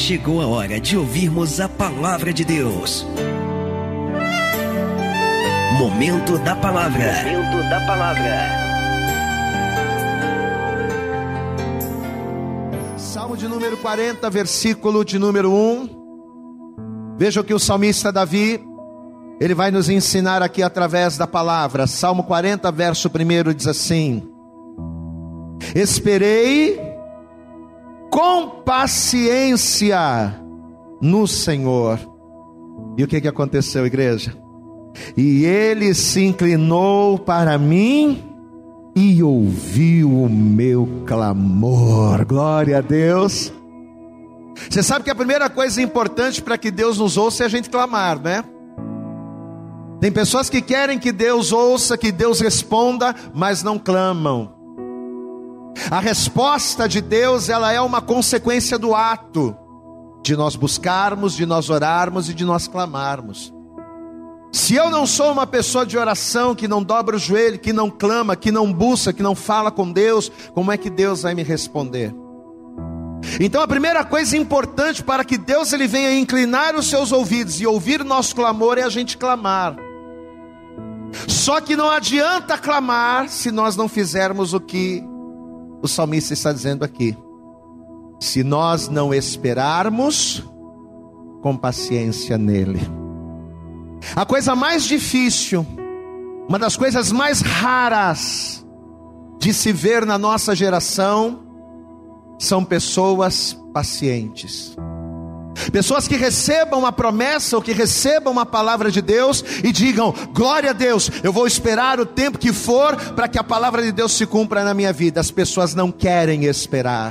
chegou a hora de ouvirmos a palavra de Deus. Momento da palavra. Momento da palavra. Salmo de número 40, versículo de número 1. Veja o que o salmista Davi, ele vai nos ensinar aqui através da palavra. Salmo 40, verso 1 diz assim: esperei com paciência no Senhor. E o que aconteceu, igreja? E ele se inclinou para mim e ouviu o meu clamor. Glória a Deus. Você sabe que a primeira coisa importante para que Deus nos ouça é a gente clamar, né? Tem pessoas que querem que Deus ouça, que Deus responda, mas não clamam. A resposta de Deus, ela é uma consequência do ato de nós buscarmos, de nós orarmos e de nós clamarmos. Se eu não sou uma pessoa de oração, que não dobra o joelho, que não clama, que não busca, que não fala com Deus, como é que Deus vai me responder? Então a primeira coisa importante para que Deus ele venha inclinar os seus ouvidos e ouvir o nosso clamor é a gente clamar. Só que não adianta clamar se nós não fizermos o que o salmista está dizendo aqui. Se nós não esperarmos com paciência nele. A coisa mais difícil, uma das coisas mais raras de se ver na nossa geração, são pessoas pacientes. Pessoas que recebam uma promessa ou que recebam uma palavra de Deus e digam: glória a Deus, eu vou esperar o tempo que for para que a palavra de Deus se cumpra na minha vida. As pessoas não querem esperar.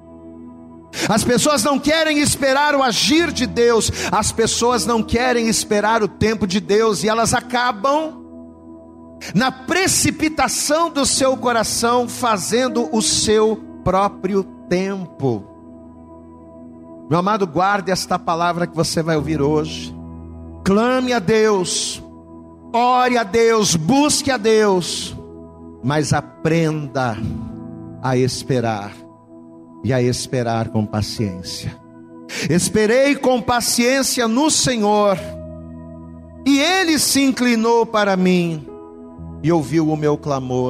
As pessoas não querem esperar o agir de Deus. As pessoas não querem esperar o tempo de Deus. E elas acabam, na precipitação do seu coração, fazendo o seu próprio tempo. Meu amado, guarde esta palavra que você vai ouvir hoje. Clame a Deus, ore a Deus, busque a Deus, mas aprenda a esperar, e a esperar com paciência. Esperei com paciência no Senhor, e Ele se inclinou para mim e ouviu o meu clamor.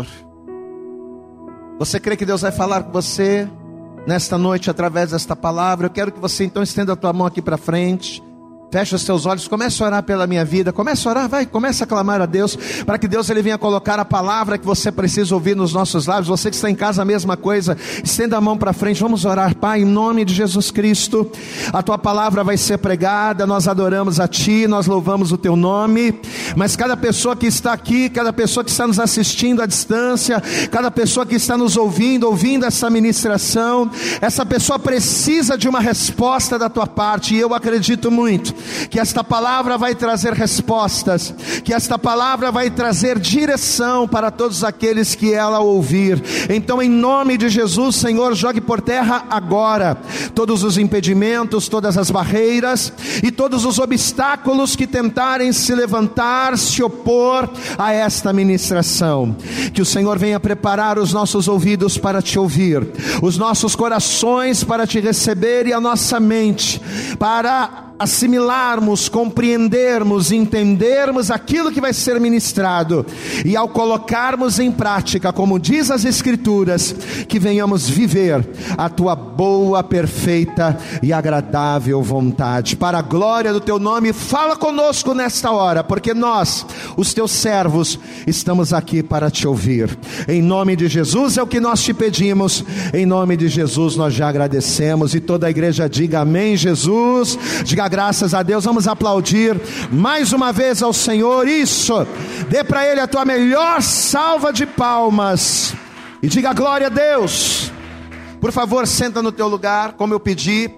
Você crê que Deus vai falar com você nesta noite através desta palavra? Eu quero que você então estenda a tua mão aqui para frente. Feche os seus olhos, comece a orar pela minha vida. Comece a orar, vai, comece a clamar a Deus, para que Deus ele venha colocar a palavra que você precisa ouvir nos nossos lábios. Você que está em casa, a mesma coisa, estenda a mão para frente, vamos orar. Pai, em nome de Jesus Cristo, a tua palavra vai ser pregada, nós adoramos a ti, nós louvamos o teu nome. Mas cada pessoa que está aqui, cada pessoa que está nos assistindo à distância, cada pessoa que está nos ouvindo essa ministração, essa pessoa precisa de uma resposta da tua parte. E eu acredito muito que esta palavra vai trazer respostas, que esta palavra vai trazer direção para todos aqueles que ela ouvir. Então, em nome de Jesus, Senhor, jogue por terra agora todos os impedimentos, todas as barreiras e todos os obstáculos que tentarem se levantar, se opor a esta ministração. Que o Senhor venha preparar os nossos ouvidos para te ouvir, os nossos corações para te receber e a nossa mente para assimilarmos, compreendermos, entendermos aquilo que vai ser ministrado, e ao colocarmos em prática, como diz as Escrituras, que venhamos viver a tua boa, perfeita e agradável vontade, para a glória do teu nome. Fala conosco nesta hora, porque nós, os teus servos, estamos aqui para te ouvir. Em nome de Jesus é o que nós te pedimos, em nome de Jesus nós já agradecemos, e toda a igreja diga amém. Jesus, diga graças a Deus. Vamos aplaudir mais uma vez ao Senhor. Isso, dê para Ele a tua melhor salva de palmas e diga glória a Deus. Por favor, senta no teu lugar, como eu pedi.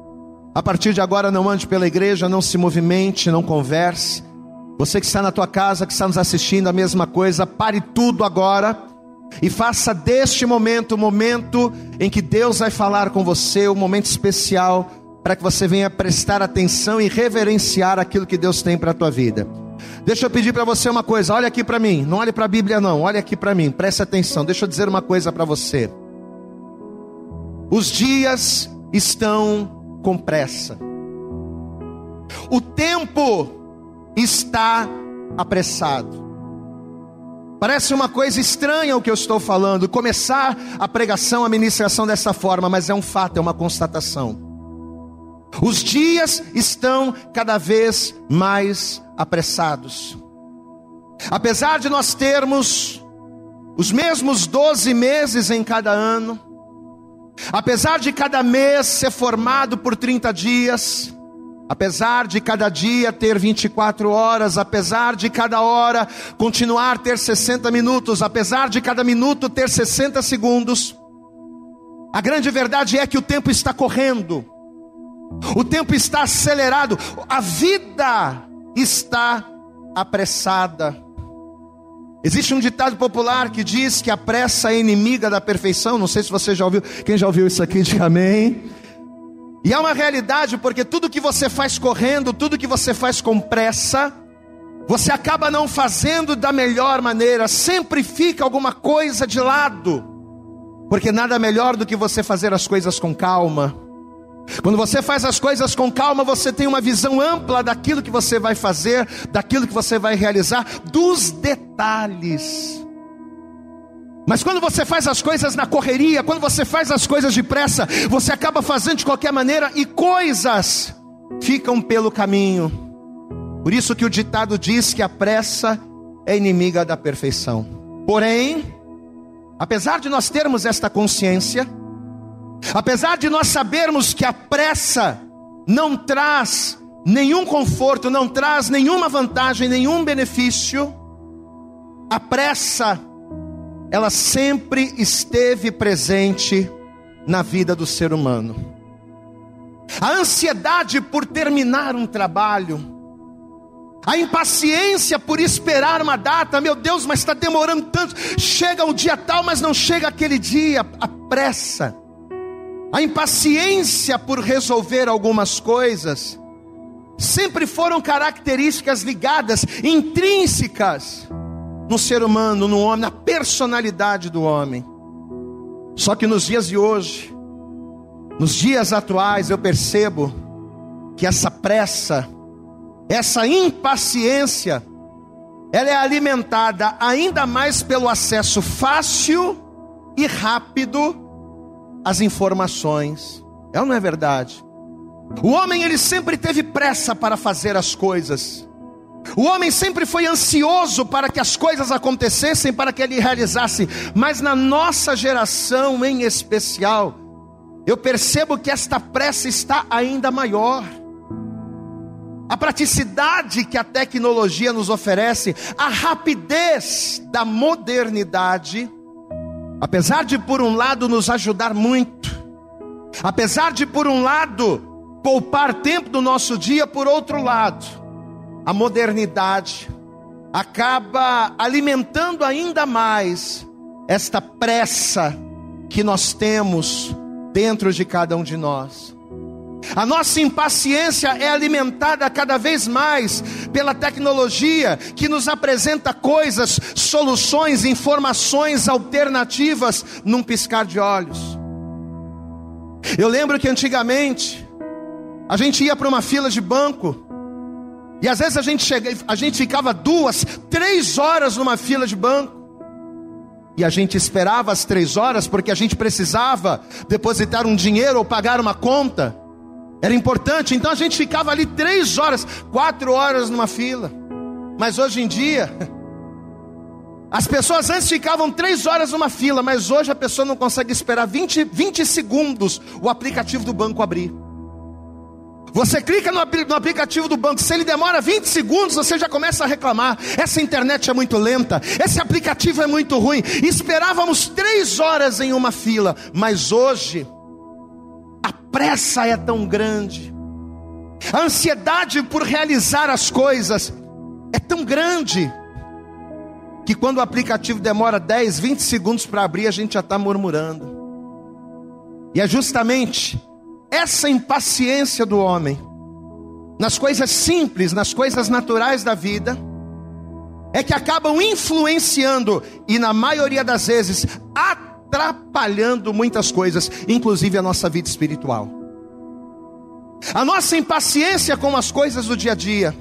A partir de agora não ande pela igreja, não se movimente, não converse. Você que está na tua casa, que está nos assistindo, a mesma coisa. Pare tudo agora e faça deste momento o momento em que Deus vai falar com você, um momento especial, para que você venha prestar atenção e reverenciar aquilo que Deus tem para a tua vida. Deixa eu pedir para você uma coisa, olha aqui para mim, não olhe para a Bíblia não, olha aqui para mim, preste atenção. Deixa eu dizer uma coisa para você. Os dias estão com pressa. O tempo está apressado. Parece uma coisa estranha o que eu estou falando, começar a pregação, a ministração dessa forma, mas é um fato, é uma constatação. Os dias estão cada vez mais apressados. Apesar de nós termos os mesmos 12 meses em cada ano, apesar de cada mês ser formado por 30 dias, apesar de cada dia ter 24 horas, apesar de cada hora continuar ter 60 minutos, apesar de cada minuto ter 60 segundos, a grande verdade é que o tempo está correndo, o tempo está acelerado, a vida está apressada. Existe um ditado popular que diz que a pressa é inimiga da perfeição. Não sei se você já ouviu. Quem já ouviu isso aqui, diga amém. E é uma realidade, porque tudo que você faz correndo, tudo que você faz com pressa, você acaba não fazendo da melhor maneira. Sempre fica alguma coisa de lado, porque nada melhor do que você fazer as coisas com calma. Quando você faz as coisas com calma, você tem uma visão ampla daquilo que você vai fazer, daquilo que você vai realizar, dos detalhes. Mas quando você faz as coisas na correria, quando você faz as coisas depressa, você acaba fazendo de qualquer maneira e coisas ficam pelo caminho. Por isso que o ditado diz que a pressa é inimiga da perfeição. Porém, apesar de nós termos esta consciência, apesar de nós sabermos que a pressa não traz nenhum conforto, não traz nenhuma vantagem, nenhum benefício, a pressa, ela sempre esteve presente na vida do ser humano. A ansiedade por terminar um trabalho, a impaciência por esperar uma data, meu Deus, mas está demorando tanto, chega o dia tal, mas não chega aquele dia, a pressa. A impaciência por resolver algumas coisas sempre foram características ligadas, intrínsecas no ser humano, no homem, na personalidade do homem. Só que nos dias de hoje, nos dias atuais, eu percebo que essa pressa, essa impaciência, ela é alimentada ainda mais pelo acesso fácil e rápido as informações. É ou não é verdade? O homem, ele sempre teve pressa para fazer as coisas. O homem sempre foi ansioso para que as coisas acontecessem, para que ele realizasse. Mas na nossa geração em especial, eu percebo que esta pressa está ainda maior. A praticidade que a tecnologia nos oferece, a rapidez da modernidade, apesar de por um lado nos ajudar muito, apesar de por um lado poupar tempo do nosso dia, por outro lado, a modernidade acaba alimentando ainda mais esta pressa que nós temos dentro de cada um de nós. A nossa impaciência é alimentada cada vez mais pela tecnologia, que nos apresenta coisas, soluções, informações alternativas num piscar de olhos. Eu lembro que antigamente a gente ia para uma fila de banco e às vezes a gente ficava 2, 3 horas numa fila de banco. E a gente esperava as 3 horas porque a gente precisava depositar um dinheiro ou pagar uma conta. Era importante, então a gente ficava ali 3 horas, 4 horas numa fila. Mas hoje em dia, as pessoas antes ficavam 3 horas numa fila, mas hoje a pessoa não consegue esperar 20 segundos o aplicativo do banco abrir. Você clica no aplicativo do banco, se ele demora 20 segundos, você já começa a reclamar. Essa internet é muito lenta, esse aplicativo é muito ruim. Esperávamos 3 horas em uma fila, mas hoje a pressa é tão grande, a ansiedade por realizar as coisas é tão grande, que quando o aplicativo demora 10, 20 segundos para abrir, a gente já está murmurando. E é justamente essa impaciência do homem nas coisas simples, nas coisas naturais da vida, é que acabam influenciando e na maioria das vezes atrapalhando muitas coisas, inclusive a nossa vida espiritual. A nossa impaciência com as coisas do dia a dia,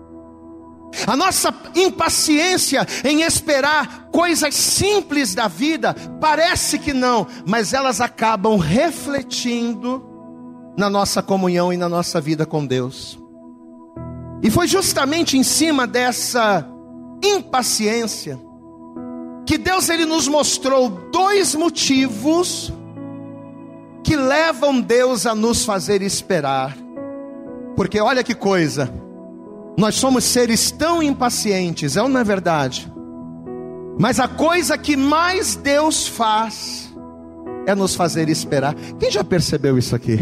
a nossa impaciência em esperar coisas simples da vida, parece que não, mas elas acabam refletindo na nossa comunhão e na nossa vida com Deus. E foi justamente em cima dessa impaciência que Deus ele nos mostrou 2 motivos que levam Deus a nos fazer esperar. Porque olha que coisa, nós somos seres tão impacientes, não é verdade? Mas a coisa que mais Deus faz é nos fazer esperar. Quem já percebeu isso aqui?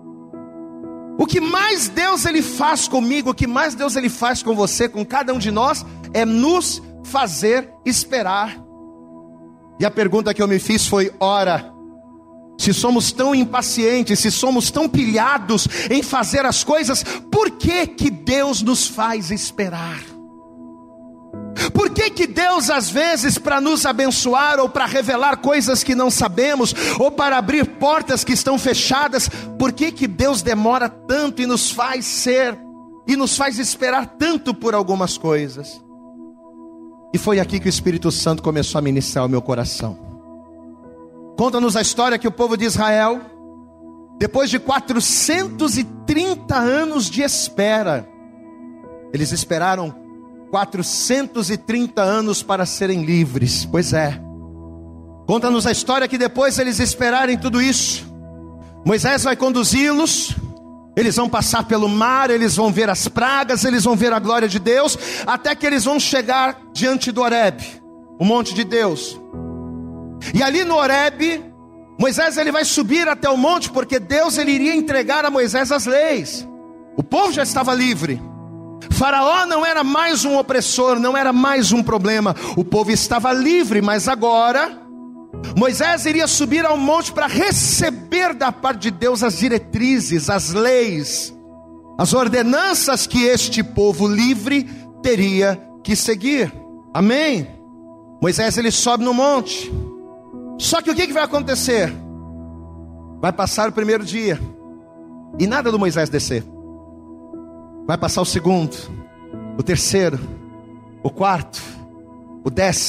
O que mais Deus ele faz comigo, o que mais Deus ele faz com você, com cada um de nós, é nos fazer esperar. E a pergunta que eu me fiz foi: ora, se somos tão impacientes, se somos tão pilhados em fazer as coisas, por que que Deus nos faz esperar? Por que que Deus às vezes, para nos abençoar, ou para revelar coisas que não sabemos, ou para abrir portas que estão fechadas, por que que Deus demora tanto e nos faz esperar tanto por algumas coisas? E foi aqui que o Espírito Santo começou a ministrar o meu coração. Conta-nos a história que o povo de Israel, depois de 430 anos de espera, eles esperaram 430 anos para serem livres. Pois é. Conta-nos a história que depois eles esperarem tudo isso, Moisés vai conduzi-los, eles vão passar pelo mar, eles vão ver as pragas, eles vão ver a glória de Deus, até que eles vão chegar diante do Horebe, o monte de Deus. E ali no Horebe, Moisés ele vai subir até o monte, porque Deus ele iria entregar a Moisés as leis. O povo já estava livre. Faraó não era mais um opressor, não era mais um problema. O povo estava livre, mas agora Moisés iria subir ao monte para receber da parte de Deus as diretrizes, as leis, as ordenanças que este povo livre teria que seguir. Amém? Moisés ele sobe no monte. Só que o que vai acontecer? Vai passar o primeiro dia e nada do Moisés descer. Vai passar o segundo, o terceiro, o quarto, o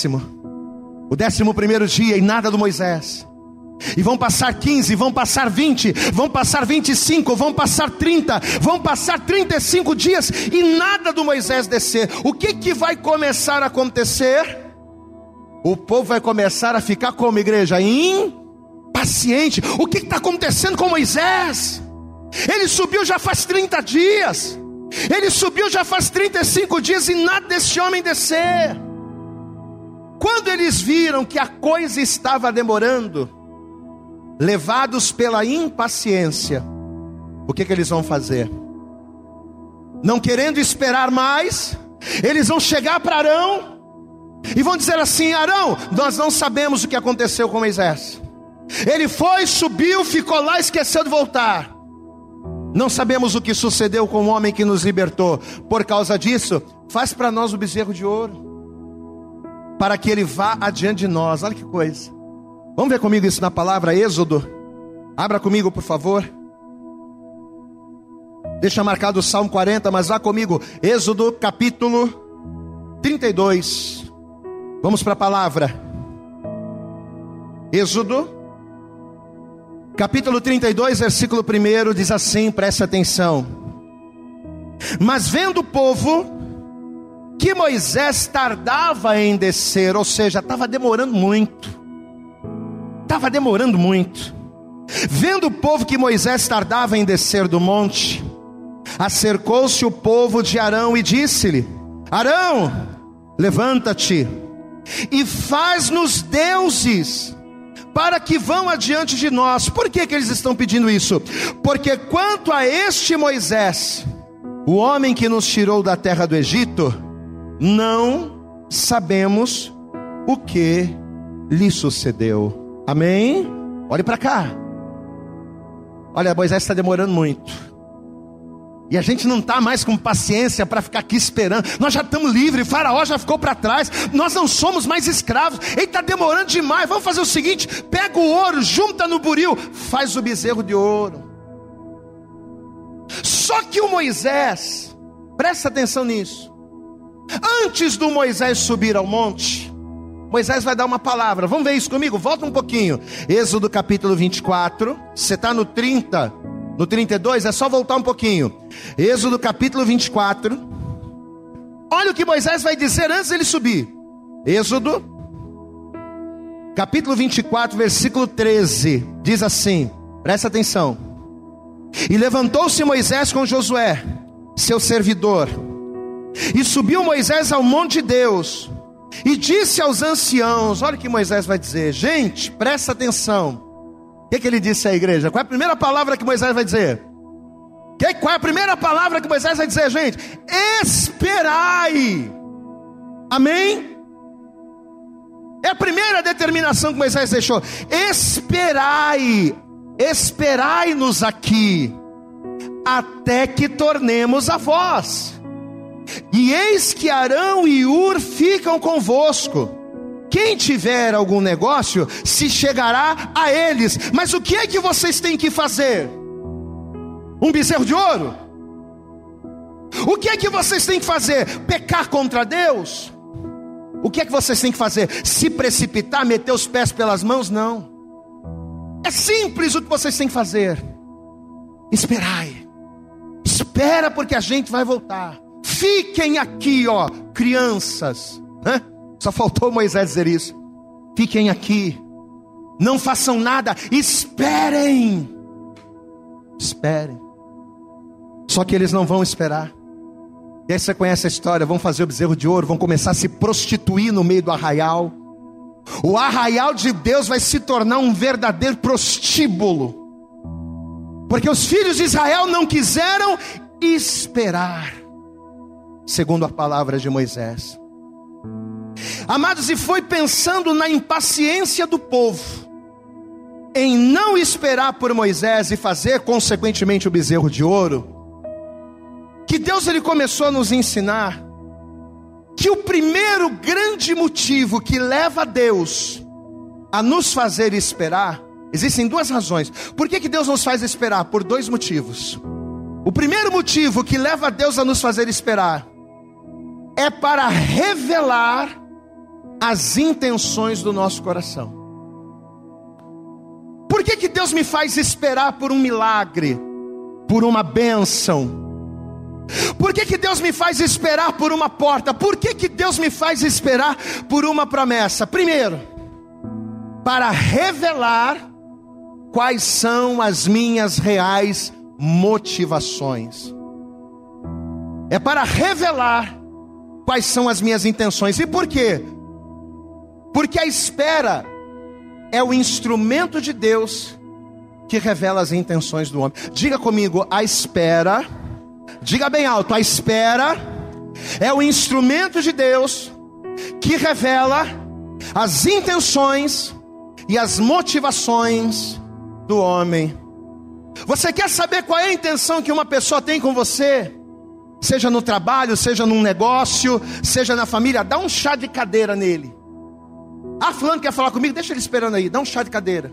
11º dia e nada do Moisés. E vão passar 15, vão passar 20, vão passar 25, vão passar 30, vão passar 35 dias e nada do Moisés descer. O que vai começar a acontecer? O povo vai começar a ficar como igreja? Impaciente. O que está acontecendo com Moisés? Ele subiu já faz 30 dias. Ele subiu já faz 35 dias e nada desse homem descer. Quando eles viram que a coisa estava demorando, levados pela impaciência, o que eles vão fazer? Não querendo esperar mais, eles vão chegar para Arão e vão dizer assim: Arão, nós não sabemos o que aconteceu com Moisés. Ele foi, subiu, ficou lá, esqueceu de voltar. Não sabemos o que sucedeu com o homem que nos libertou. Por causa disso, faz para nós o bezerro de ouro, para que ele vá adiante de nós. Olha que coisa. Vamos ver comigo isso na palavra Êxodo. Abra comigo, por favor. Deixa marcado o Salmo 40, mas vá comigo. Êxodo capítulo 32. Vamos para a palavra. Êxodo capítulo 32, versículo 1 diz assim, preste atenção. Mas vendo o povo que Moisés tardava em descer, ou seja, estava demorando muito. Vendo o povo que Moisés tardava em descer do monte, acercou-se o povo de Arão e disse-lhe: Arão, levanta-te e faz-nos deuses, para que vão adiante de nós. Por que eles estão pedindo isso? Porque quanto a este Moisés, o homem que nos tirou da terra do Egito, não sabemos o que lhe sucedeu. Amém? Olhe para cá. Olha, Moisés está demorando muito. E a gente não está mais com paciência para ficar aqui esperando. Nós já estamos livres, Faraó já ficou para trás. Nós não somos mais escravos. Ele está demorando demais. Vamos fazer o seguinte: pega o ouro, junta no buril, faz o bezerro de ouro. que o Moisés, presta atenção nisso, antes do Moisés subir ao monte, Moisés vai dar uma palavra. Vamos ver isso comigo? Volta um pouquinho. Êxodo capítulo 24. Você está no 30, no 32, é só voltar um pouquinho. Êxodo capítulo 24. Olha o que Moisés vai dizer antes dele subir. Êxodo capítulo 24, versículo 13. Diz assim, presta atenção. E levantou-se Moisés com Josué, seu servidor, e subiu Moisés ao monte de Deus, e disse aos anciãos, olha o que Moisés vai dizer, gente, presta atenção. O que ele disse à igreja? Qual é a primeira palavra que Moisés vai dizer? Qual é a primeira palavra que Moisés vai dizer, gente? Esperai. Amém? É a primeira determinação que Moisés deixou. Esperai, esperai-nos aqui, até que tornemos a vós. E eis que Arão e Hur ficam convosco. Quem tiver algum negócio, se chegará a eles. Mas o que é que vocês têm que fazer? Um bezerro de ouro? O que é que vocês têm que fazer? Pecar contra Deus? O que é que vocês têm que fazer? Se precipitar, meter os pés pelas mãos? Não. É simples o que vocês têm que fazer. Esperai. Espera, porque a gente vai voltar. Fiquem aqui, ó, crianças. Só faltou Moisés dizer isso. Fiquem aqui. Não façam nada. Esperem. Esperem. Só que eles não vão esperar. E aí você conhece a história, vão fazer o bezerro de ouro, vão começar a se prostituir no meio do arraial. O arraial de Deus vai se tornar um verdadeiro prostíbulo. Porque os filhos de Israel não quiseram esperar, segundo a palavra de Moisés. Amados, e foi pensando na impaciência do povo, em não esperar por Moisés e fazer consequentemente o bezerro de ouro, que Deus ele começou a nos ensinar que o primeiro grande motivo que leva Deus a nos fazer esperar, existem duas razões. Por que Deus nos faz esperar? Por dois motivos. O primeiro motivo que leva Deus a nos fazer esperar é para revelar as intenções do nosso coração. Por que Deus me faz esperar por um milagre, por uma bênção? Por que Deus me faz esperar por uma porta? Por que Deus me faz esperar por uma promessa? Primeiro, para revelar quais são as minhas reais motivações. É para revelar quais são as minhas intenções. E por quê? Porque a espera é o instrumento de Deus que revela as intenções do homem. Diga comigo, a espera, diga bem alto, a espera é o instrumento de Deus que revela as intenções e as motivações do homem. Você quer saber qual é a intenção que uma pessoa tem com você? Seja no trabalho, seja num negócio, seja na família, dá um chá de cadeira nele. Ah, fulano quer falar comigo? Deixa ele esperando aí, dá um chá de cadeira.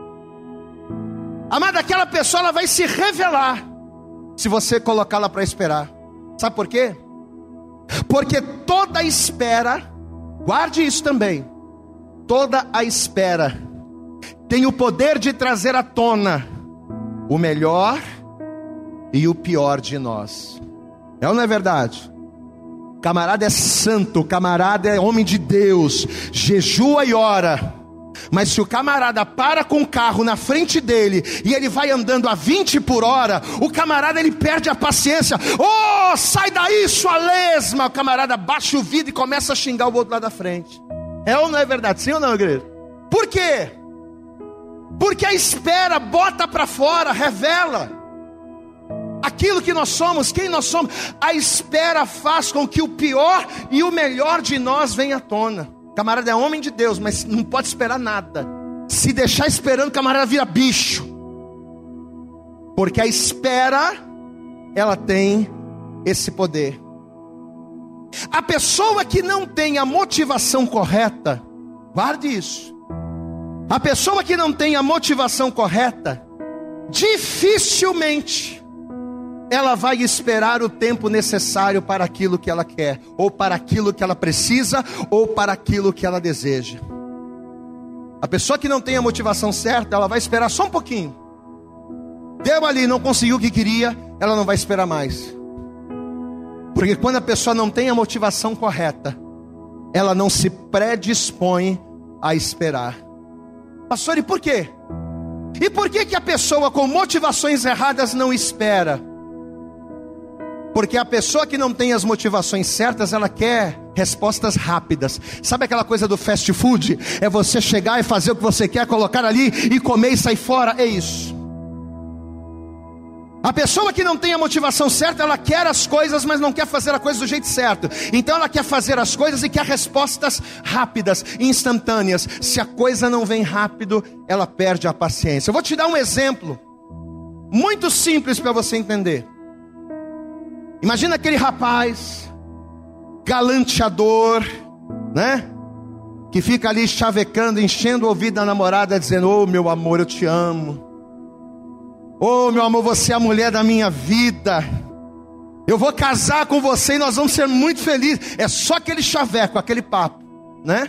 Amada, aquela pessoa ela vai se revelar se você colocá-la para esperar. Sabe por quê? Porque toda espera, guarde isso também, toda a espera tem o poder de trazer à tona o melhor e o pior de nós. É ou não é verdade? Camarada é santo, camarada é homem de Deus, jejua e ora. Mas se o camarada para com o carro na frente dele e ele vai andando a 20 por hora, o camarada ele perde a paciência. Oh, sai daí sua lesma! O camarada baixa o vidro e começa a xingar o outro lá da frente. É ou não é verdade? Sim ou não, igreja? Por quê? Porque a espera bota para fora, revela aquilo que nós somos, quem nós somos. A espera faz com que o pior e o melhor de nós venha à tona. O camarada é homem de Deus, mas não pode esperar nada. Se deixar esperando, o camarada vira bicho. Porque a espera, ela tem esse poder. A pessoa que não tem a motivação correta, guarde isso. A pessoa que não tem a motivação correta, dificilmente ela vai esperar o tempo necessário para aquilo que ela quer, ou para aquilo que ela precisa, ou para aquilo que ela deseja. A pessoa que não tem a motivação certa, ela vai esperar só um pouquinho. Deu ali, não conseguiu o que queria, ela não vai esperar mais. Porque quando a pessoa não tem a motivação correta, ela não se predispõe a esperar. Pastor, e por quê? E por que a pessoa com motivações erradas não espera? Porque a pessoa que não tem as motivações certas, ela quer respostas rápidas. Sabe aquela coisa do fast food? É você chegar e fazer o que você quer, colocar ali e comer e sair fora. É isso. A pessoa que não tem a motivação certa, ela quer as coisas, mas não quer fazer a coisa do jeito certo. Então ela quer fazer as coisas e quer respostas rápidas, instantâneas. Se a coisa não vem rápido, ela perde a paciência. Eu vou te dar um exemplo muito simples para você entender. Imagina aquele rapaz galanteador, né? Que fica ali chavecando, enchendo o ouvido da namorada, dizendo: "Oh, meu amor, eu te amo. Oh, meu amor, você é a mulher da minha vida. Eu vou casar com você e nós vamos ser muito felizes." É só aquele chaveco, aquele papo, né?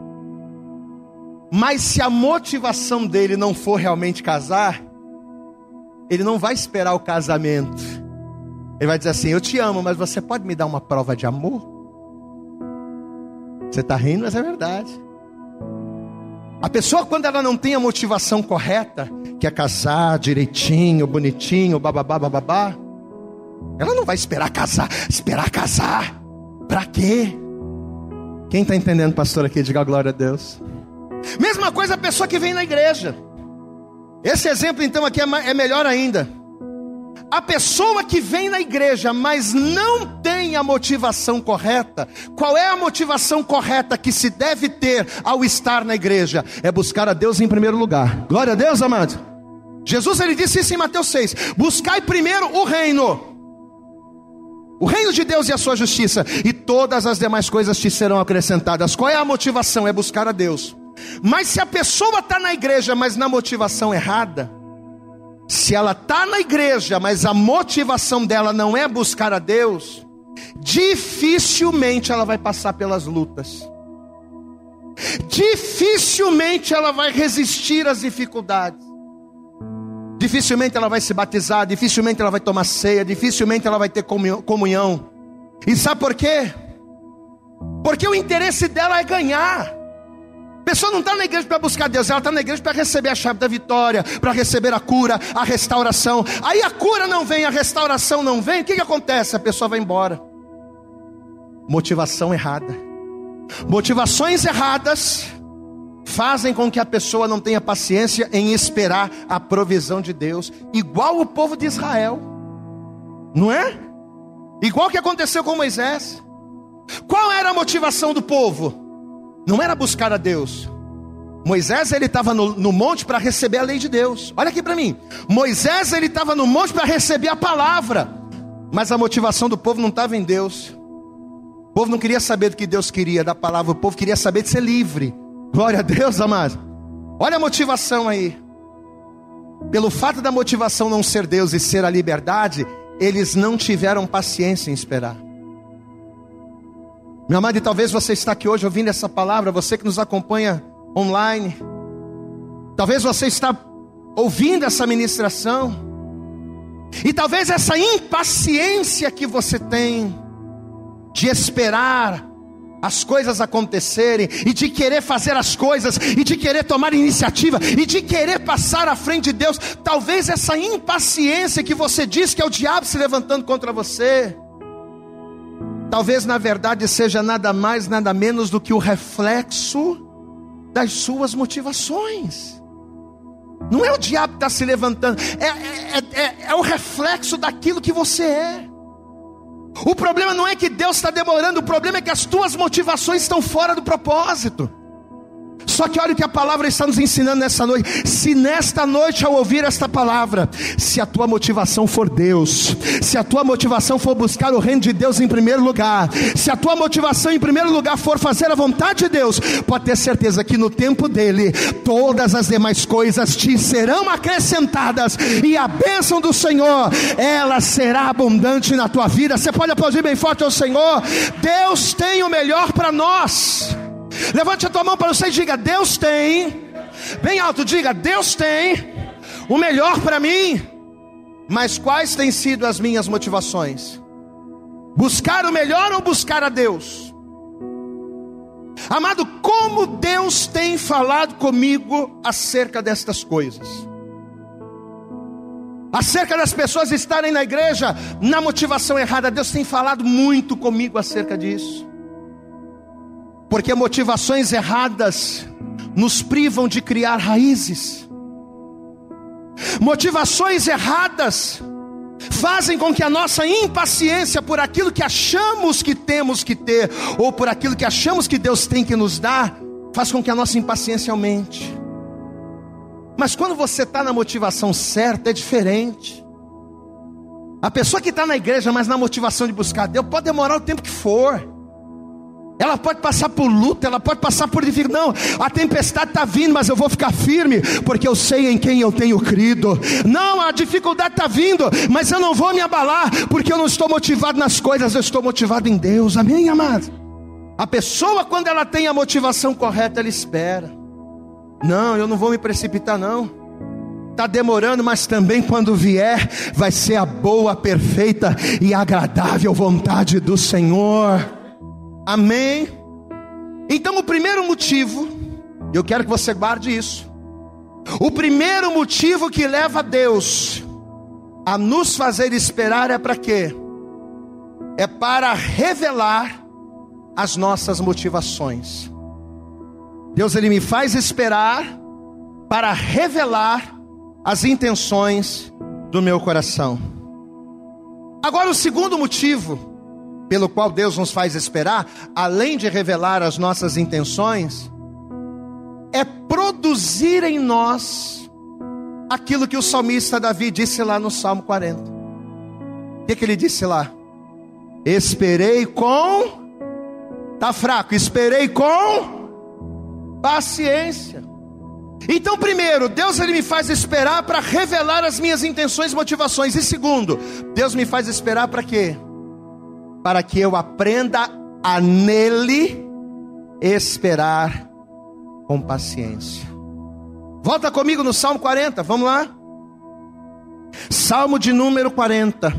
Mas se a motivação dele não for realmente casar, ele não vai esperar o casamento. Ele vai dizer assim: "Eu te amo, mas você pode me dar uma prova de amor?" Você está rindo, mas é verdade. A pessoa, quando ela não tem a motivação correta, quer casar direitinho, bonitinho, bababá, bababá, ela não vai esperar casar. Esperar casar para quê? Quem está entendendo, pastor, aqui? Diga glória a Deus. Mesma coisa a pessoa que vem na igreja. Esse exemplo então aqui é melhor ainda. A pessoa que vem na igreja, mas não tem a motivação correta. Qual é a motivação correta que se deve ter ao estar na igreja? É buscar a Deus em primeiro lugar. Glória a Deus, amado. Jesus, ele disse isso em Mateus 6: "Buscai primeiro o reino de Deus e a sua justiça, e todas as demais coisas te serão acrescentadas." Qual é a motivação? É buscar a Deus. Mas se a pessoa está na igreja, mas na motivação errada, se ela está na igreja, mas a motivação dela não é buscar a Deus, dificilmente ela vai passar pelas lutas. Dificilmente ela vai resistir às dificuldades. Dificilmente ela vai se batizar, dificilmente ela vai tomar ceia, dificilmente ela vai ter comunhão. E sabe por quê? Porque o interesse dela é ganhar. A pessoa não está na igreja para buscar Deus, ela está na igreja para receber a chave da vitória, para receber a cura, a restauração. Aí a cura não vem, a restauração não vem, o que acontece? A pessoa vai embora. Motivação errada. Motivações erradas fazem com que a pessoa não tenha paciência em esperar a provisão de Deus, igual o povo de Israel, não é? Igual o que aconteceu com Moisés. Qual era a motivação do povo? Não era buscar a Deus. Moisés, ele estava no monte para receber a lei de Deus. Olha aqui para mim. Moisés, ele estava no monte para receber a palavra. Mas a motivação do povo não estava em Deus. O povo não queria saber do que Deus queria da palavra. O povo queria saber de ser livre. Glória a Deus, amado. Olha a motivação aí. Pelo fato da motivação não ser Deus e ser a liberdade, eles não tiveram paciência em esperar. Meu amado, e talvez você está aqui hoje ouvindo essa palavra, você que nos acompanha online, talvez você está ouvindo essa ministração, e talvez essa impaciência que você tem, de esperar as coisas acontecerem, e de querer fazer as coisas, e de querer tomar iniciativa, e de querer passar à frente de Deus, talvez essa impaciência que você diz que é o diabo se levantando contra você, talvez na verdade seja nada mais, nada menos do que o reflexo das suas motivações. Não é o diabo que está se levantando, é o reflexo daquilo que você é. O problema não é que Deus está demorando, o problema é que as tuas motivações estão fora do propósito. Só que olha o que a palavra está nos ensinando nessa noite. Se nesta noite, ao ouvir esta palavra, se a tua motivação for Deus, se a tua motivação for buscar o reino de Deus em primeiro lugar, se a tua motivação em primeiro lugar for fazer a vontade de Deus, pode ter certeza que no tempo dele, todas as demais coisas te serão acrescentadas, e a bênção do Senhor, ela será abundante na tua vida. Você pode aplaudir bem forte ao Senhor. Deus tem o melhor para nós. Levante a tua mão para você e diga: Deus tem, bem alto, diga: Deus tem o melhor para mim. Mas quais têm sido as minhas motivações? Buscar o melhor ou buscar a Deus? Amado, como Deus tem falado comigo acerca destas coisas? Acerca das pessoas estarem na igreja na motivação errada. Deus tem falado muito comigo acerca disso. Porque motivações erradas nos privam de criar raízes. Motivações erradas fazem com que a nossa impaciência por aquilo que achamos que temos que ter, ou por aquilo que achamos que Deus tem que nos dar, faz com que a nossa impaciência aumente. Mas quando você está na motivação certa, é diferente. A pessoa que está na igreja, mas na motivação de buscar Deus, pode demorar o tempo que for. Ela pode passar por luta, ela pode passar por dificuldade. Não, a tempestade está vindo, mas eu vou ficar firme, porque eu sei em quem eu tenho crido. Não, a dificuldade está vindo, mas eu não vou me abalar, porque eu não estou motivado nas coisas, eu estou motivado em Deus. Amém, amado? A pessoa, quando ela tem a motivação correta, ela espera. Não, eu não vou me precipitar não. Está demorando, mas também quando vier, vai ser a boa, perfeita e agradável vontade do Senhor. Amém? Então o primeiro motivo, eu quero que você guarde isso. O primeiro motivo que leva Deus a nos fazer esperar é para quê? É para revelar as nossas motivações. Deus, Ele me faz esperar para revelar as intenções do meu coração. Agora o segundo motivo pelo qual Deus nos faz esperar, além de revelar as nossas intenções, é produzir em nós aquilo que o salmista Davi disse lá no Salmo 40. O que ele disse lá? Esperei com... Está fraco. Esperei com paciência. Então, primeiro, Deus, Ele me faz esperar para revelar as minhas intenções e motivações. E segundo, Deus me faz esperar para quê? Para que eu aprenda a nele esperar com paciência. Volta comigo no Salmo 40, vamos lá. Salmo de número 40.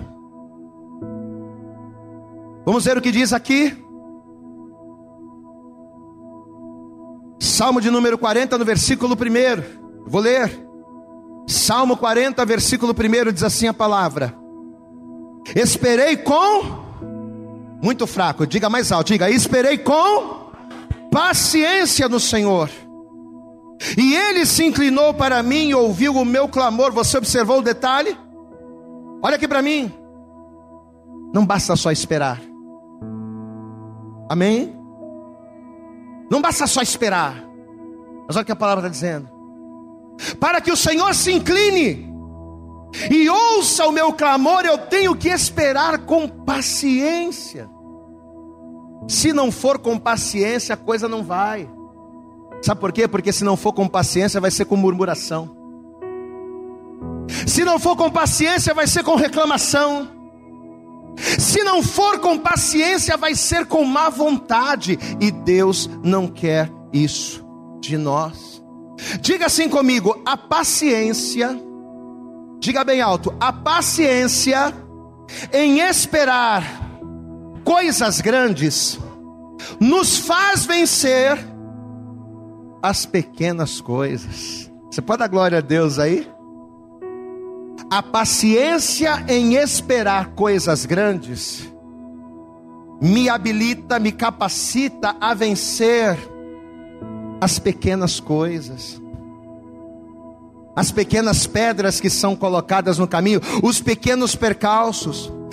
Vamos ver o que diz aqui. Salmo de número 40, no versículo 1. Vou ler. Salmo 40, versículo 1, diz assim a palavra: esperei com... Muito fraco, diga mais alto, diga: esperei com paciência no Senhor, e Ele se inclinou para mim e ouviu o meu clamor. Você observou o detalhe? Olha aqui para mim. Não basta só esperar. Amém? Não basta só esperar. Mas olha o que a palavra está dizendo: para que o Senhor se incline e ouça o meu clamor, eu tenho que esperar com paciência. Se não for com paciência, a coisa não vai. Sabe por quê? Porque se não for com paciência, vai ser com murmuração. Se não for com paciência, vai ser com reclamação. Se não for com paciência, vai ser com má vontade. E Deus não quer isso de nós. Diga assim comigo: a paciência... Diga bem alto: a paciência em esperar coisas grandes nos faz vencer as pequenas coisas. Você pode dar glória a Deus aí? A paciência em esperar coisas grandes me habilita, me capacita a vencer as pequenas coisas. As pequenas pedras que são colocadas no caminho, os pequenos percalços,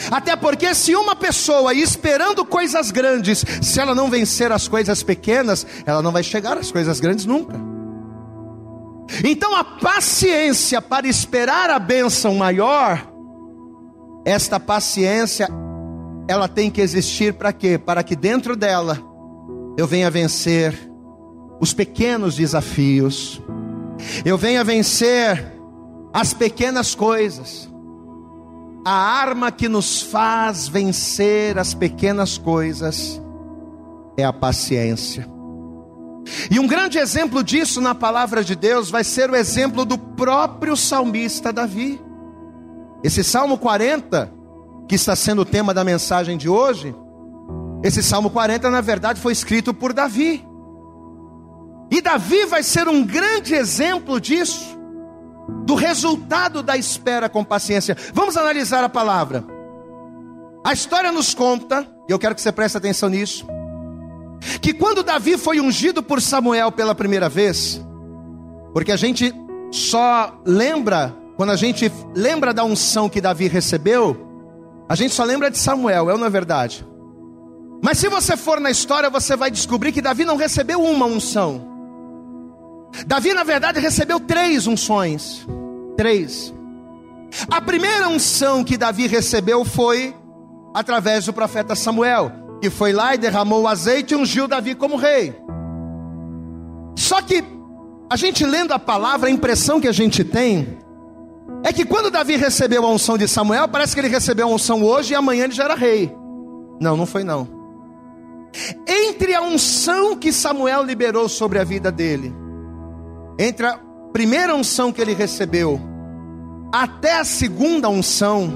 Até porque se uma pessoa esperando coisas grandes, se ela não vencer as coisas pequenas, ela não vai chegar às coisas grandes nunca. Então a paciência para esperar a bênção maior, esta paciência, ela tem que existir para quê? Para que dentro dela eu venha vencer os pequenos desafios, eu venha vencer as pequenas coisas. A arma que nos faz vencer as pequenas coisas é a paciência. E um grande exemplo disso na palavra de Deus vai ser o exemplo do próprio salmista Davi. Esse Salmo 40, que está sendo o tema da mensagem de hoje, esse Salmo 40 na verdade foi escrito por Davi. E Davi vai ser um grande exemplo disso, do resultado da espera com paciência. Vamos analisar a palavra. A história nos conta, e eu quero que você preste atenção nisso, que quando Davi foi ungido por Samuel pela primeira vez, porque a gente só lembra, quando a gente lembra da unção que Davi recebeu, a gente só lembra de Samuel, não é verdade? Mas se você for na história, você vai descobrir que Davi não recebeu uma unção. Davi na verdade recebeu 3 unções. 3. A primeira unção que Davi recebeu foi através do profeta Samuel, que foi lá e derramou o azeite e ungiu Davi como rei. Só que a gente lendo a palavra, a impressão que a gente tem é que quando Davi recebeu a unção de Samuel, parece que ele recebeu a unção hoje e amanhã ele já era rei. Não, não foi não. Entre a unção que Samuel liberou sobre a vida dele, entre a primeira unção que ele recebeu até a segunda unção,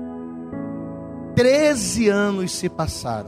13 anos se passaram.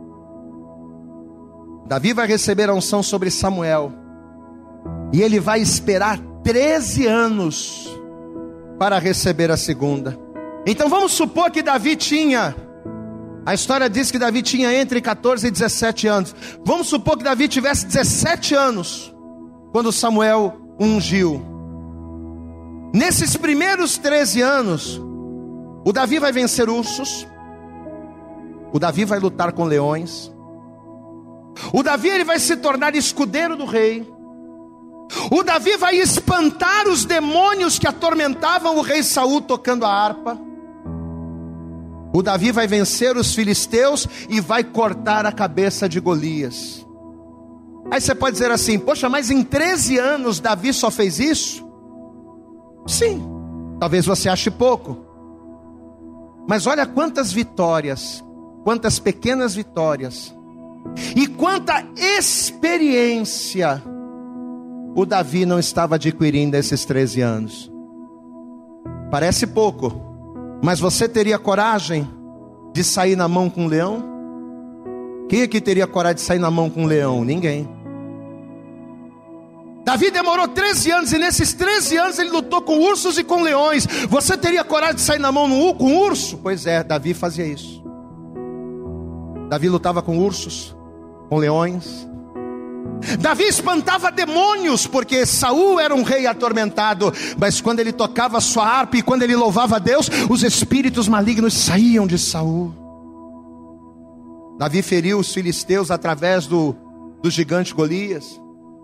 Davi vai receber a unção sobre Samuel, e ele vai esperar 13 anos para receber a segunda. Então vamos supor que Davi tinha, a história diz que Davi tinha entre 14 e 17 anos. Vamos supor que Davi tivesse 17 anos quando Samuel ungiu. Nesses primeiros 13 anos, o Davi vai vencer ursos, o Davi vai lutar com leões, o Davi ele vai se tornar escudeiro do rei, o Davi vai espantar os demônios que atormentavam o rei Saul tocando a harpa, o Davi vai vencer os filisteus e vai cortar a cabeça de Golias. Aí você pode dizer assim: poxa, mas em 13 anos Davi só fez isso? Sim, talvez você ache pouco, mas olha quantas vitórias, quantas pequenas vitórias, e quanta experiência o Davi não estava adquirindo esses 13 anos. Parece pouco, mas você teria coragem de sair na mão com um leão? Quem aqui teria coragem de sair na mão com um leão? Ninguém. Davi demorou 13 anos, e nesses 13 anos ele lutou com ursos e com leões. Você teria coragem de sair na mão com um urso? Pois é, Davi fazia isso. Davi lutava com ursos, com leões. Davi espantava demônios, porque Saul era um rei atormentado, mas quando ele tocava sua harpa e quando ele louvava a Deus, os espíritos malignos saíam de Saul. Davi feriu os filisteus através do gigante Golias.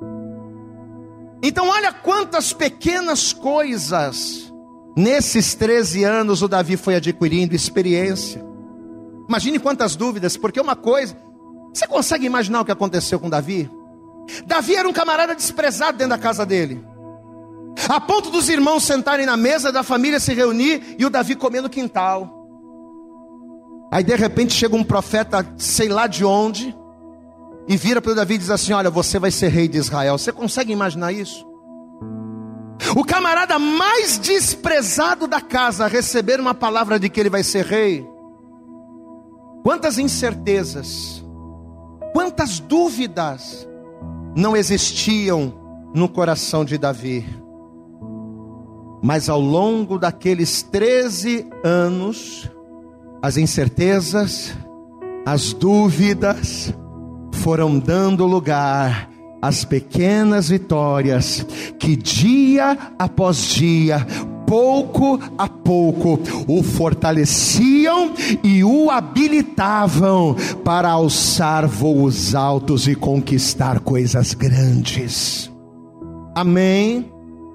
Então olha quantas pequenas coisas nesses 13 anos o Davi foi adquirindo experiência. Imagine quantas dúvidas, porque uma coisa, você consegue imaginar o que aconteceu com Davi? Davi era um camarada desprezado dentro da casa dele, a ponto dos irmãos sentarem na mesa da família, se reunir, e o Davi comendo no quintal. Aí de repente chega um profeta, sei lá de onde, e vira para o Davi e diz assim: olha, você vai ser rei de Israel. Você consegue imaginar isso? O camarada mais desprezado da casa receber uma palavra de que ele vai ser rei. Quantas incertezas, quantas dúvidas não existiam no coração de Davi. Mas ao longo daqueles 13 anos, as incertezas, as dúvidas foram dando lugar às pequenas vitórias que dia após dia, pouco a pouco o fortaleciam e o habilitavam para alçar voos altos e conquistar coisas grandes. Amém?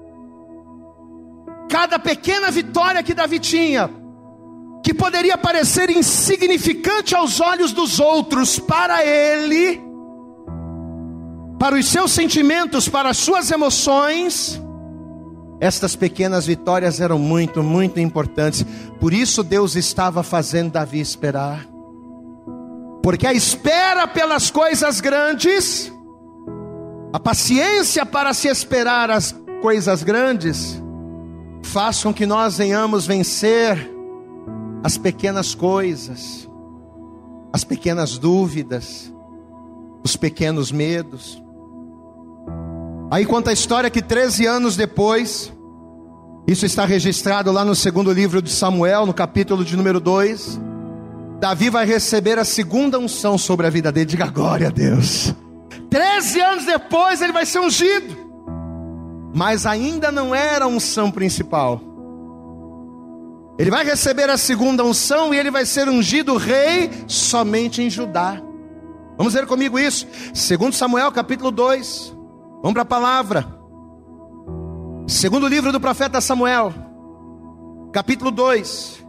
Cada pequena vitória que Davi tinha, que poderia parecer insignificante aos olhos dos outros, para ele, para os seus sentimentos, para as suas emoções, estas pequenas vitórias eram muito, muito importantes. Por isso Deus estava fazendo Davi esperar, porque a espera pelas coisas grandes, a paciência para se esperar as coisas grandes, faz com que nós venhamos vencer as pequenas coisas, as pequenas dúvidas, os pequenos medos. Aí conta a história que 13 anos depois, isso está registrado lá no segundo livro de Samuel, no capítulo de número 2, Davi vai receber a segunda unção sobre a vida dele. Diga glória a Deus. 13 anos depois ele vai ser ungido, mas ainda não era a unção principal. Ele vai receber a segunda unção e ele vai ser ungido rei somente em Judá. Vamos ver comigo isso, 2 Samuel capítulo 2, vamos para a palavra. Segundo livro do profeta Samuel, capítulo 2.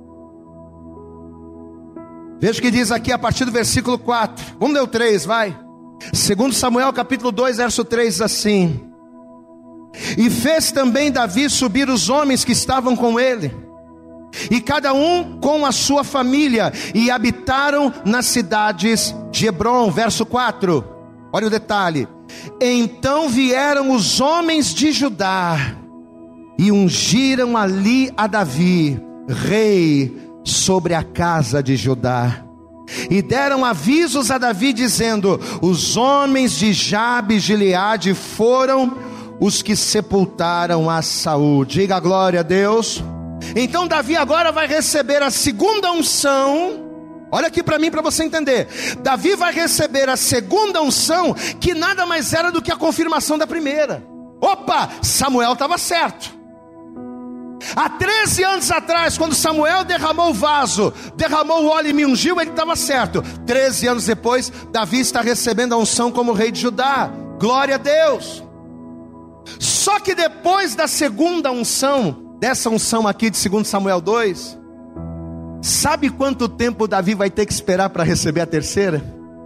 Veja o que diz aqui a partir do versículo 4. Vamos ler o 3, vai. 2 Samuel capítulo 2, verso 3 diz assim: E fez também Davi subir os homens que estavam com ele, e cada um com a sua família, e habitaram nas cidades de Hebrom. Verso 4, olha o detalhe: Então vieram os homens de Judá, e ungiram ali a Davi, rei sobre a casa de Judá. E deram avisos a Davi, dizendo: Os homens de Jabes de Gileade foram os que sepultaram a Saul. Diga glória a Deus. Então Davi agora vai receber a segunda unção. Olha aqui para mim, para você entender. Davi vai receber a segunda unção, que nada mais era do que a confirmação da primeira. Opa, Samuel estava certo. Há 13 anos atrás, quando Samuel derramou o vaso, derramou o óleo e me ungiu, ele estava certo. 13 anos depois, Davi está recebendo a unção como rei de Judá. Glória a Deus. Só que depois da segunda unção, dessa unção aqui de 2 Samuel 2, sabe quanto tempo Davi vai ter que esperar para receber a terceira?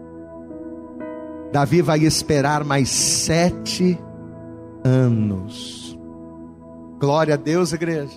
Davi vai esperar mais 7 anos. Glória a Deus, igreja.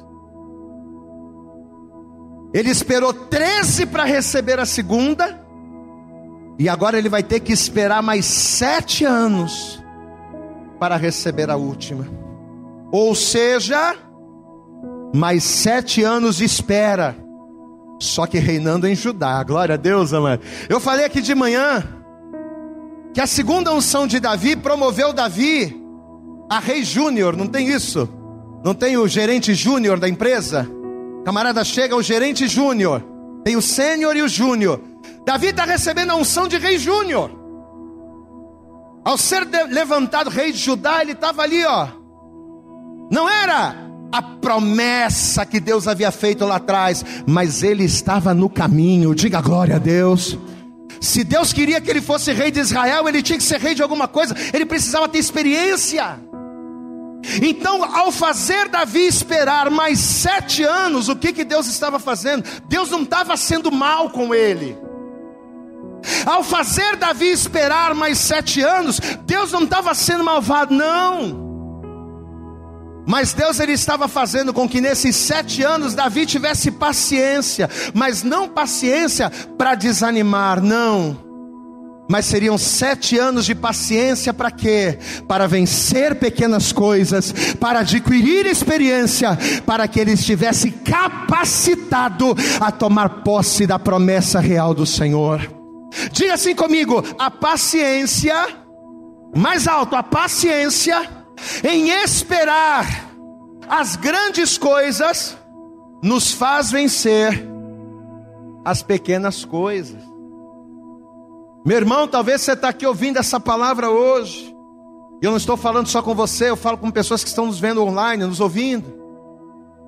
Ele esperou 13 para receber a segunda, e agora ele vai ter que esperar mais 7 anos para receber a última. Ou seja, mais 7 anos de espera, só que reinando em Judá. Glória a Deus, amado. Eu falei aqui de manhã que a segunda unção de Davi promoveu Davi a rei júnior. Não tem isso? Não tem o gerente júnior da empresa? Camarada, chega o gerente júnior, tem o sênior e o júnior. Davi está recebendo a unção de rei júnior. Ao ser levantado rei de Judá, ele estava ali, ó. Não era a promessa que Deus havia feito lá atrás, mas ele estava no caminho. Diga glória a Deus. Se Deus queria que ele fosse rei de Israel, ele tinha que ser rei de alguma coisa. Ele precisava ter experiência. Então, ao fazer Davi esperar mais 7 anos, o que Deus estava fazendo? Deus não estava sendo mal com ele. Ao fazer Davi esperar mais 7 anos, Deus não estava sendo malvado, não. Mas Deus, ele estava fazendo com que nesses 7 anos Davi tivesse paciência, mas não paciência para desanimar, não. Mas seriam 7 anos de paciência para quê? Para vencer pequenas coisas, para adquirir experiência, para que ele estivesse capacitado a tomar posse da promessa real do Senhor. Diga assim comigo: a paciência, mais alto, a paciência em esperar as grandes coisas nos faz vencer as pequenas coisas. Meu irmão, talvez você está aqui ouvindo essa palavra hoje, e eu não estou falando só com você, eu falo com pessoas que estão nos vendo online, nos ouvindo.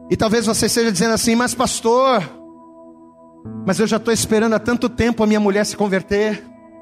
E talvez você esteja dizendo assim: mas pastor, mas eu já estou esperando há tanto tempo a minha mulher se converter.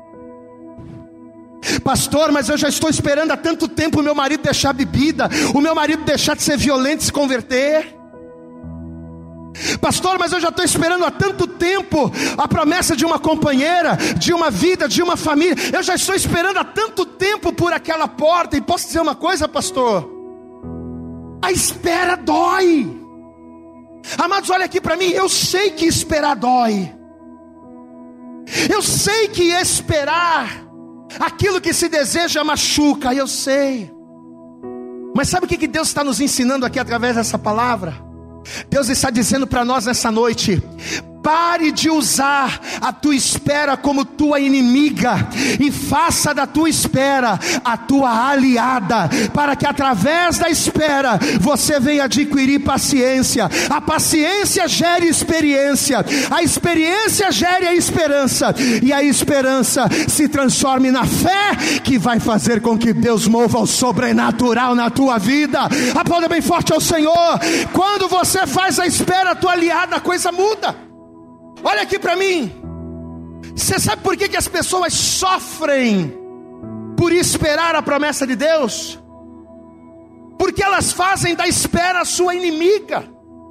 Pastor, mas eu já estou esperando há tanto tempo o meu marido deixar a bebida, o meu marido deixar de ser violento e se converter. Pastor, mas eu já estou esperando há tanto tempo a promessa de uma companheira, de uma vida, de uma família. Eu já estou esperando há tanto tempo por aquela porta. E posso dizer uma coisa, pastor? A espera dói. Amados, olha aqui para mim. Eu sei que esperar dói. Eu sei que esperar aquilo que se deseja machuca, eu sei. Mas sabe o que Deus está nos ensinando aqui através dessa palavra? Deus está dizendo para nós nessa noite: pare de usar a tua espera como tua inimiga, e faça da tua espera a tua aliada, para que através da espera você venha adquirir paciência. A paciência gere experiência, a experiência gere a esperança, e a esperança se transforme na fé, que vai fazer com que Deus mova o sobrenatural na tua vida. Aplauda bem forte ao Senhor. Quando você faz a espera a tua aliada, a coisa muda. Olha aqui para mim. Você sabe por que as pessoas sofrem por esperar a promessa de Deus? Porque elas fazem da espera a sua inimiga.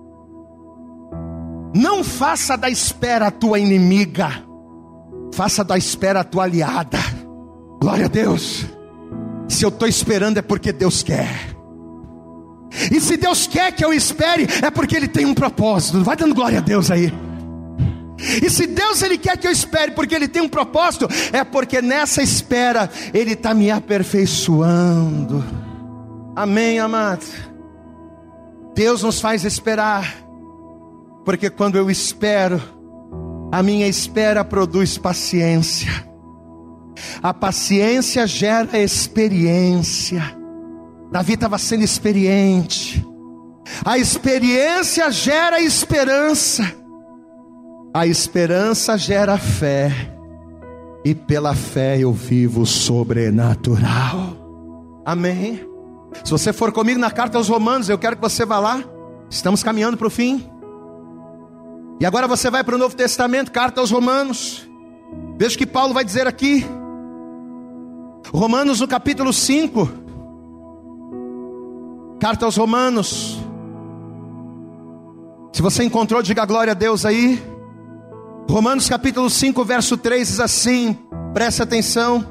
Não faça da espera a tua inimiga, faça da espera a tua aliada. Glória a Deus. Se eu estou esperando é porque Deus quer. E se Deus quer que eu espere, é porque Ele tem um propósito. Vai dando glória a Deus aí. E se Deus Ele quer que eu espere porque Ele tem um propósito, é porque nessa espera Ele está me aperfeiçoando. Amém, amados? Deus nos faz esperar, porque quando eu espero, a minha espera produz paciência. A paciência gera experiência. Davi estava sendo experiente. A experiência gera esperança. A esperança gera fé, e pela fé eu vivo sobrenatural. Amém? Se você for comigo na carta aos Romanos, eu quero que você vá lá. Estamos caminhando para o fim. E agora você vai para o Novo Testamento, carta aos Romanos. Veja o que Paulo vai dizer aqui. Romanos no capítulo 5. Carta aos Romanos. Se você encontrou, diga glória a Deus aí. Romanos capítulo 5, verso 3 diz assim, preste atenção: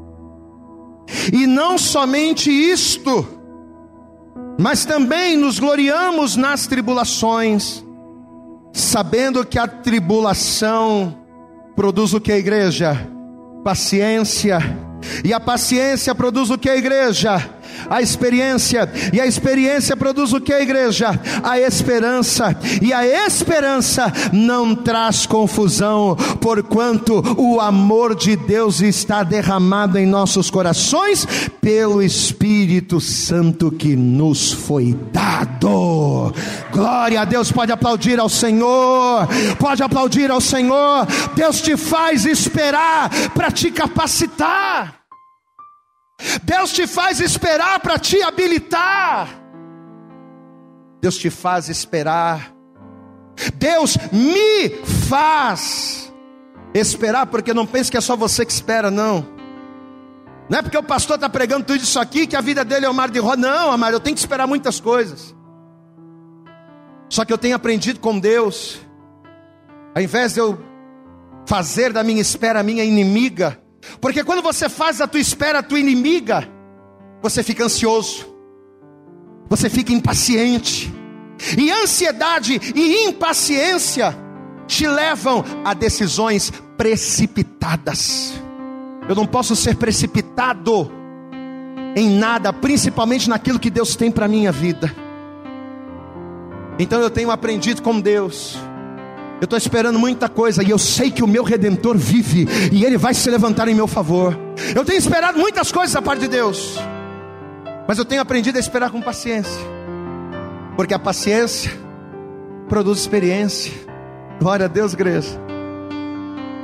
e não somente isto, mas também nos gloriamos nas tribulações, sabendo que a tribulação produz o que, igreja? Paciência. E a paciência produz o que, igreja? A experiência. E a experiência produz o que, igreja? A esperança. E a esperança não traz confusão, porquanto o amor de Deus está derramado em nossos corações pelo Espírito Santo que nos foi dado. Glória a Deus. Pode aplaudir ao Senhor. Pode aplaudir ao Senhor. Deus te faz esperar para te capacitar. Deus te faz esperar para te habilitar. Deus te faz esperar. Deus me faz esperar, porque não pense que é só você que espera, não. Não é porque o pastor está pregando tudo isso aqui que a vida dele é um mar de rosa. Não, amado, eu tenho que esperar muitas coisas. Só que eu tenho aprendido com Deus, ao invés de eu fazer da minha espera a minha inimiga, porque quando você faz da tua espera a tua inimiga, você fica ansioso, você fica impaciente, e ansiedade e impaciência te levam a decisões precipitadas. Eu não posso ser precipitado em nada, principalmente naquilo que Deus tem para a minha vida. Então eu tenho aprendido com Deus. Eu estou esperando muita coisa, e eu sei que o meu Redentor vive, e Ele vai se levantar em meu favor. Eu tenho esperado muitas coisas da parte de Deus, mas eu tenho aprendido a esperar com paciência, porque a paciência produz experiência. Glória a Deus, igreja.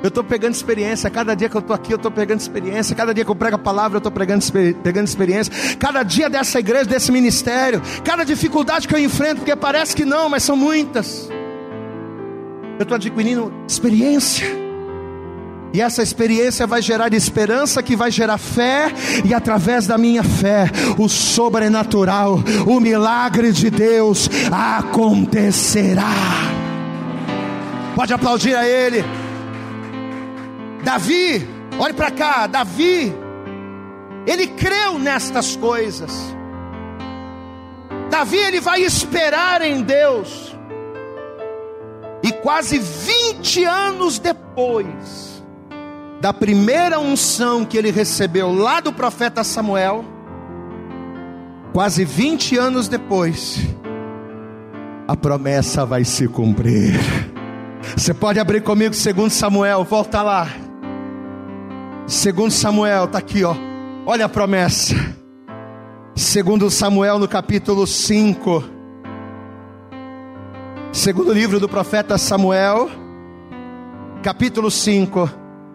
Eu estou pegando experiência. Cada dia que eu estou aqui, eu estou pegando experiência. Cada dia que eu prego a palavra, eu estou pegando experiência. Cada dia dessa igreja, desse ministério, cada dificuldade que eu enfrento, porque parece que não, mas são muitas, eu estou adquirindo experiência. E essa experiência vai gerar esperança, que vai gerar fé. E através da minha fé, o sobrenatural, o milagre de Deus acontecerá. Pode aplaudir a Ele. Davi, olhe para cá, Davi, ele creu nestas coisas. Davi, ele vai esperar em Deus. E quase 20 anos depois da primeira unção que ele recebeu lá do profeta Samuel, quase 20 anos depois, a promessa vai se cumprir. Você pode abrir comigo 2 Samuel, volta lá. 2 Samuel, está aqui, ó. Olha a promessa. 2 Samuel no capítulo 5. Segundo livro do profeta Samuel, capítulo 5.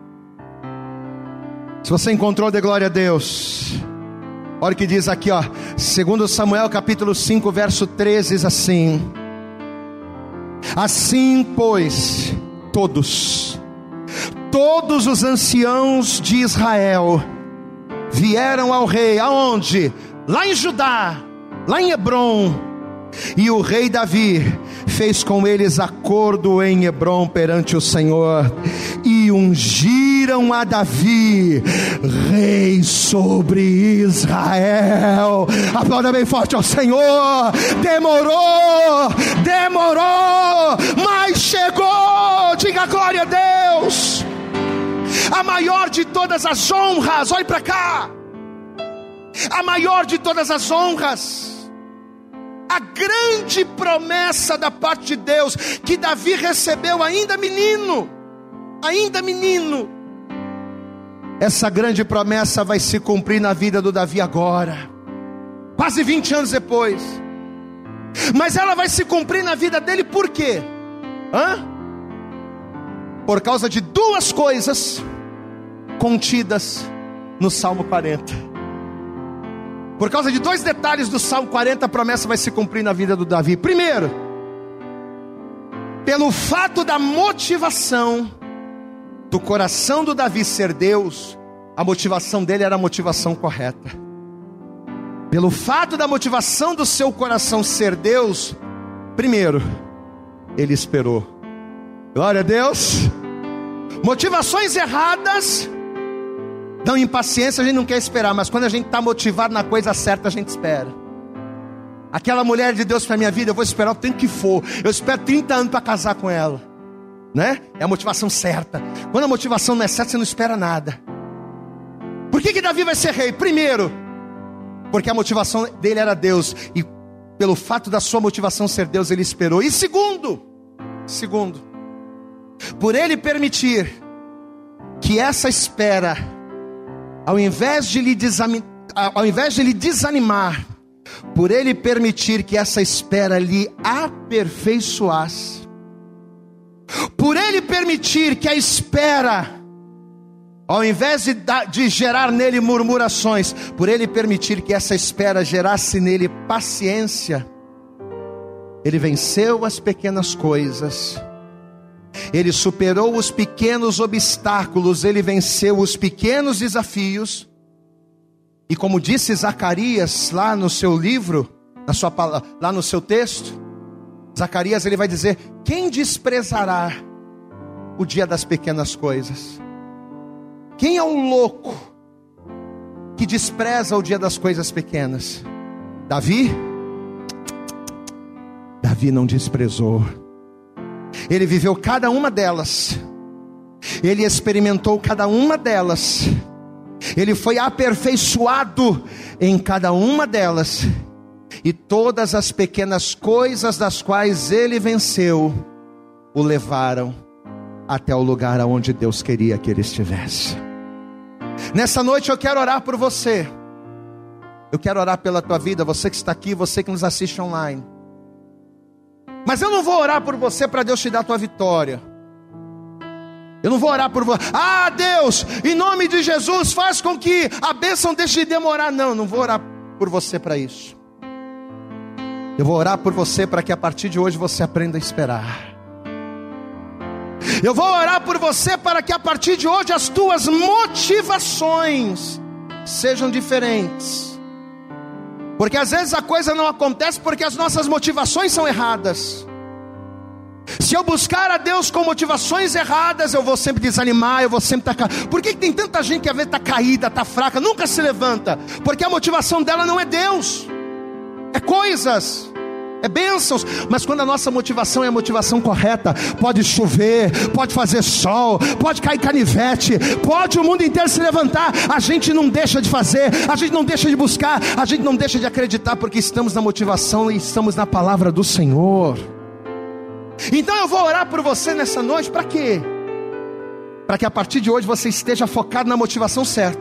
Se você encontrou, dê glória a Deus. Olha o que diz aqui, ó. 2 Samuel capítulo 5, verso 13, diz assim: assim, pois, todos os anciãos de Israel vieram ao rei, aonde? Lá em Judá, lá em Hebrom. E o rei Davi fez com eles acordo em Hebrom perante o Senhor, e ungiram a Davi rei sobre Israel. Aplauda bem forte ao Senhor. Demorou, mas chegou. Diga glória a Deus. A maior de todas as honras, olhe para cá, a maior de todas as honras, a grande promessa da parte de Deus, que Davi recebeu ainda menino, essa grande promessa vai se cumprir na vida do Davi agora, quase 20 anos depois. Mas ela vai se cumprir na vida dele por quê? Por causa de duas coisas contidas no Salmo 40. Por causa de dois detalhes do Salmo 40, a promessa vai se cumprir na vida do Davi. Primeiro, pelo fato da motivação do coração do Davi ser Deus, a motivação dele era a motivação correta. Pelo fato da motivação do seu coração ser Deus, primeiro, ele esperou. Glória a Deus. Motivações erradas dão impaciência, a gente não quer esperar, mas quando a gente está motivado na coisa certa, a gente espera. Aquela mulher de Deus para a minha vida, eu vou esperar o tempo que for. Eu espero 30 anos para casar com ela, né? É a motivação certa. Quando a motivação não é certa, você não espera nada. Por que Davi vai ser rei? Primeiro, porque a motivação dele era Deus, e pelo fato da sua motivação ser Deus, ele esperou. E segundo, por ele permitir que essa espera, ao invés de lhe desanimar, por ele permitir que essa espera lhe aperfeiçoasse, por ele permitir que a espera, ao invés de gerar nele murmurações, por ele permitir que essa espera gerasse nele paciência, ele venceu as pequenas coisas, ele superou os pequenos obstáculos, ele venceu os pequenos desafios. E como disse Zacarias lá no seu livro, lá no seu texto, Zacarias ele vai dizer: quem desprezará o dia das pequenas coisas? Quem é o louco que despreza o dia das coisas pequenas? Davi não desprezou. Ele viveu cada uma delas, ele experimentou cada uma delas, ele foi aperfeiçoado em cada uma delas, e todas as pequenas coisas das quais ele venceu, o levaram até o lugar aonde Deus queria que ele estivesse. Nessa noite eu quero orar por você, eu quero orar pela tua vida, você que está aqui, você que nos assiste online. Mas eu não vou orar por você para Deus te dar a tua vitória. Eu não vou orar por você. Ah, Deus, em nome de Jesus, faz com que a bênção deixe de demorar. Não vou orar por você para isso. Eu vou orar por você para que a partir de hoje você aprenda a esperar. Eu vou orar por você para que a partir de hoje as tuas motivações sejam diferentes. Porque às vezes a coisa não acontece porque as nossas motivações são erradas. Se eu buscar a Deus com motivações erradas, eu vou sempre desanimar, eu vou sempre estar... Por que tem tanta gente que às vezes está caída, está fraca, nunca se levanta? Porque a motivação dela não é Deus, é coisas, é bênçãos. Mas quando a nossa motivação é a motivação correta, pode chover, pode fazer sol, pode cair canivete, pode o mundo inteiro se levantar, a gente não deixa de fazer, a gente não deixa de buscar, a gente não deixa de acreditar, porque estamos na motivação e estamos na palavra do Senhor. Então eu vou orar por você nessa noite, para quê? Para que a partir de hoje você esteja focado na motivação certa.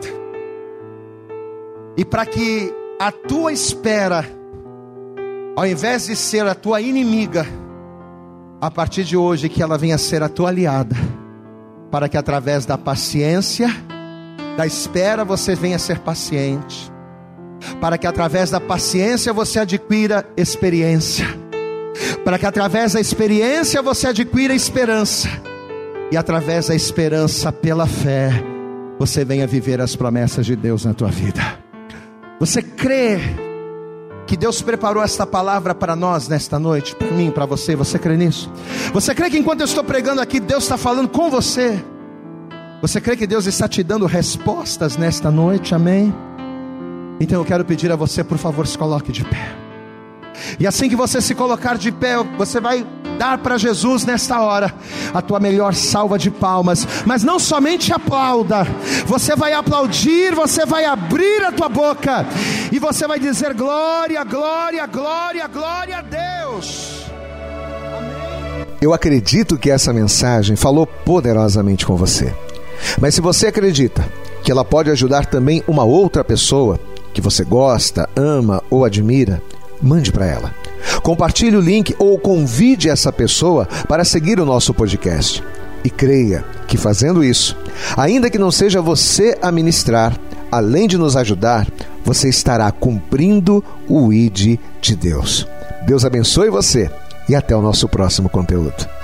E para que a tua espera, ao invés de ser a tua inimiga, a partir de hoje que ela venha a ser a tua aliada. Para que através da paciência, da espera, você venha a ser paciente. Para que através da paciência você adquira experiência. Para que através da experiência você adquira esperança. E através da esperança, pela fé, você venha viver as promessas de Deus na tua vida. Você crê que Deus preparou esta palavra para nós nesta noite? Para mim, para você, você crê nisso? Você crê que enquanto eu estou pregando aqui, Deus está falando com você? Você crê que Deus está te dando respostas nesta noite? Amém? Então eu quero pedir a você, por favor, se coloque de pé. E assim que você se colocar de pé, você vai dar para Jesus nesta hora a tua melhor salva de palmas. Mas não somente aplauda, você vai aplaudir, você vai abrir a tua boca e você vai dizer glória, glória, glória, glória a Deus. Amém. Eu acredito que essa mensagem falou poderosamente com você. Mas se você acredita que ela pode ajudar também uma outra pessoa que você gosta, ama ou admira, mande para ela. Compartilhe o link ou convide essa pessoa para seguir o nosso podcast. E creia que fazendo isso, ainda que não seja você a ministrar, além de nos ajudar, você estará cumprindo o ID de Deus. Deus abençoe você e até o nosso próximo conteúdo.